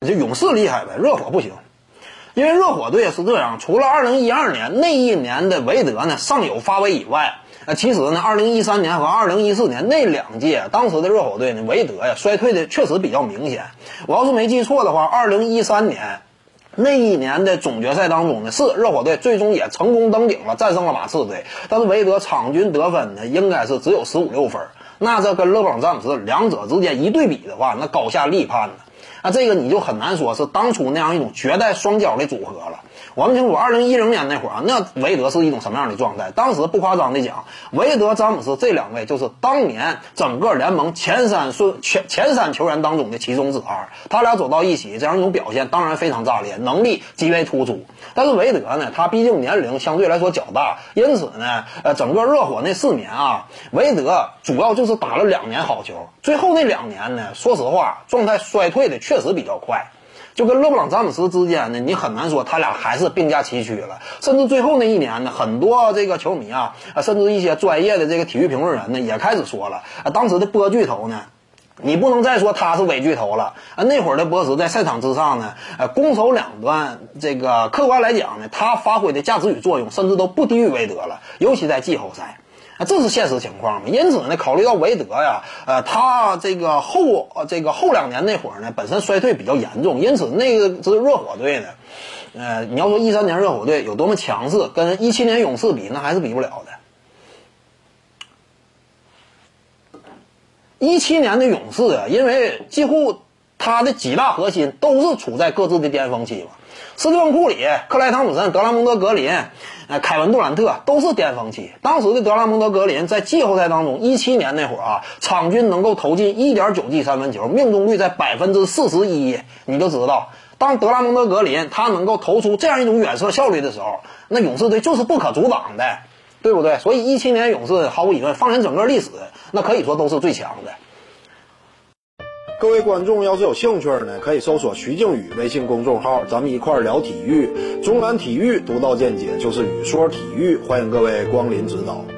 这勇士厉害呗，热火不行。因为热火队是这样，除了2012年那一年的韦德呢尚有发威以外，其实呢2013年和2014年那2届，当时的热火队呢韦德呀衰退的确实比较明显。我要是没记错的话，2013年那一年的总决赛当中呢，是热火队最终也成功登顶了，战胜了马刺队。但是韦德场均得分呢，应该是只有15、16分。那这跟勒布朗詹姆斯两者之间一对比的话，那高下立判呢。那这个你就很难说是当初那样一种绝代双骄的组合了。我们清楚2010年那会儿那韦德是一种什么样的状态？当时不夸张的讲，韦德、詹姆斯这2位就是当年整个联盟前三球员当中的其中之2。他俩走到一起，这样一种表现当然非常炸裂，能力极为突出。但是韦德呢，他毕竟年龄相对来说较大，因此呢，整个热火那4年啊，韦德主要就是打了2年好球，最后那2年呢，说实话，状态衰退的确实比较快。就跟勒布朗詹姆斯之间呢，你很难说他俩还是并驾齐驱了。甚至最后那一年呢，很多这个球迷啊，甚至一些专业的这个体育评论人呢，也开始说了，当时的波巨头呢，你不能再说他是伪巨头了。那会儿的波什在赛场之上呢，攻守两端这个客观来讲呢，他发挥的价值与作用甚至都不低于韦德了，尤其在季后赛。这是现实情况嘛？因此呢，考虑到韦德呀，他这个后2年那会儿呢，本身衰退比较严重，因此那个这热火队呢，你要说13年热火队有多么强势，跟17年勇士比，那还是比不了的。17年的勇士啊，因为几乎他的几大核心都是处在各自的巅峰期嘛。斯蒂芬·库里、克莱·汤普森、德拉蒙德·格林、凯文·杜兰特都是巅峰期。当时的德拉蒙德·格林在季后赛当中，17年那会儿啊，场均能够投进 1.9 记三分球，命中率在 41%，你就知道，当德拉蒙德·格林他能够投出这样一种远射效率的时候，那勇士队就是不可阻挡的，对不对？所以17年勇士毫无疑问，放眼整个历史，那可以说都是最强的。 各位观众要是有兴趣呢，可以搜索徐静宇微信公众号，咱们一块聊体育。中南体育独到见解就是语说体育，欢迎各位光临指导。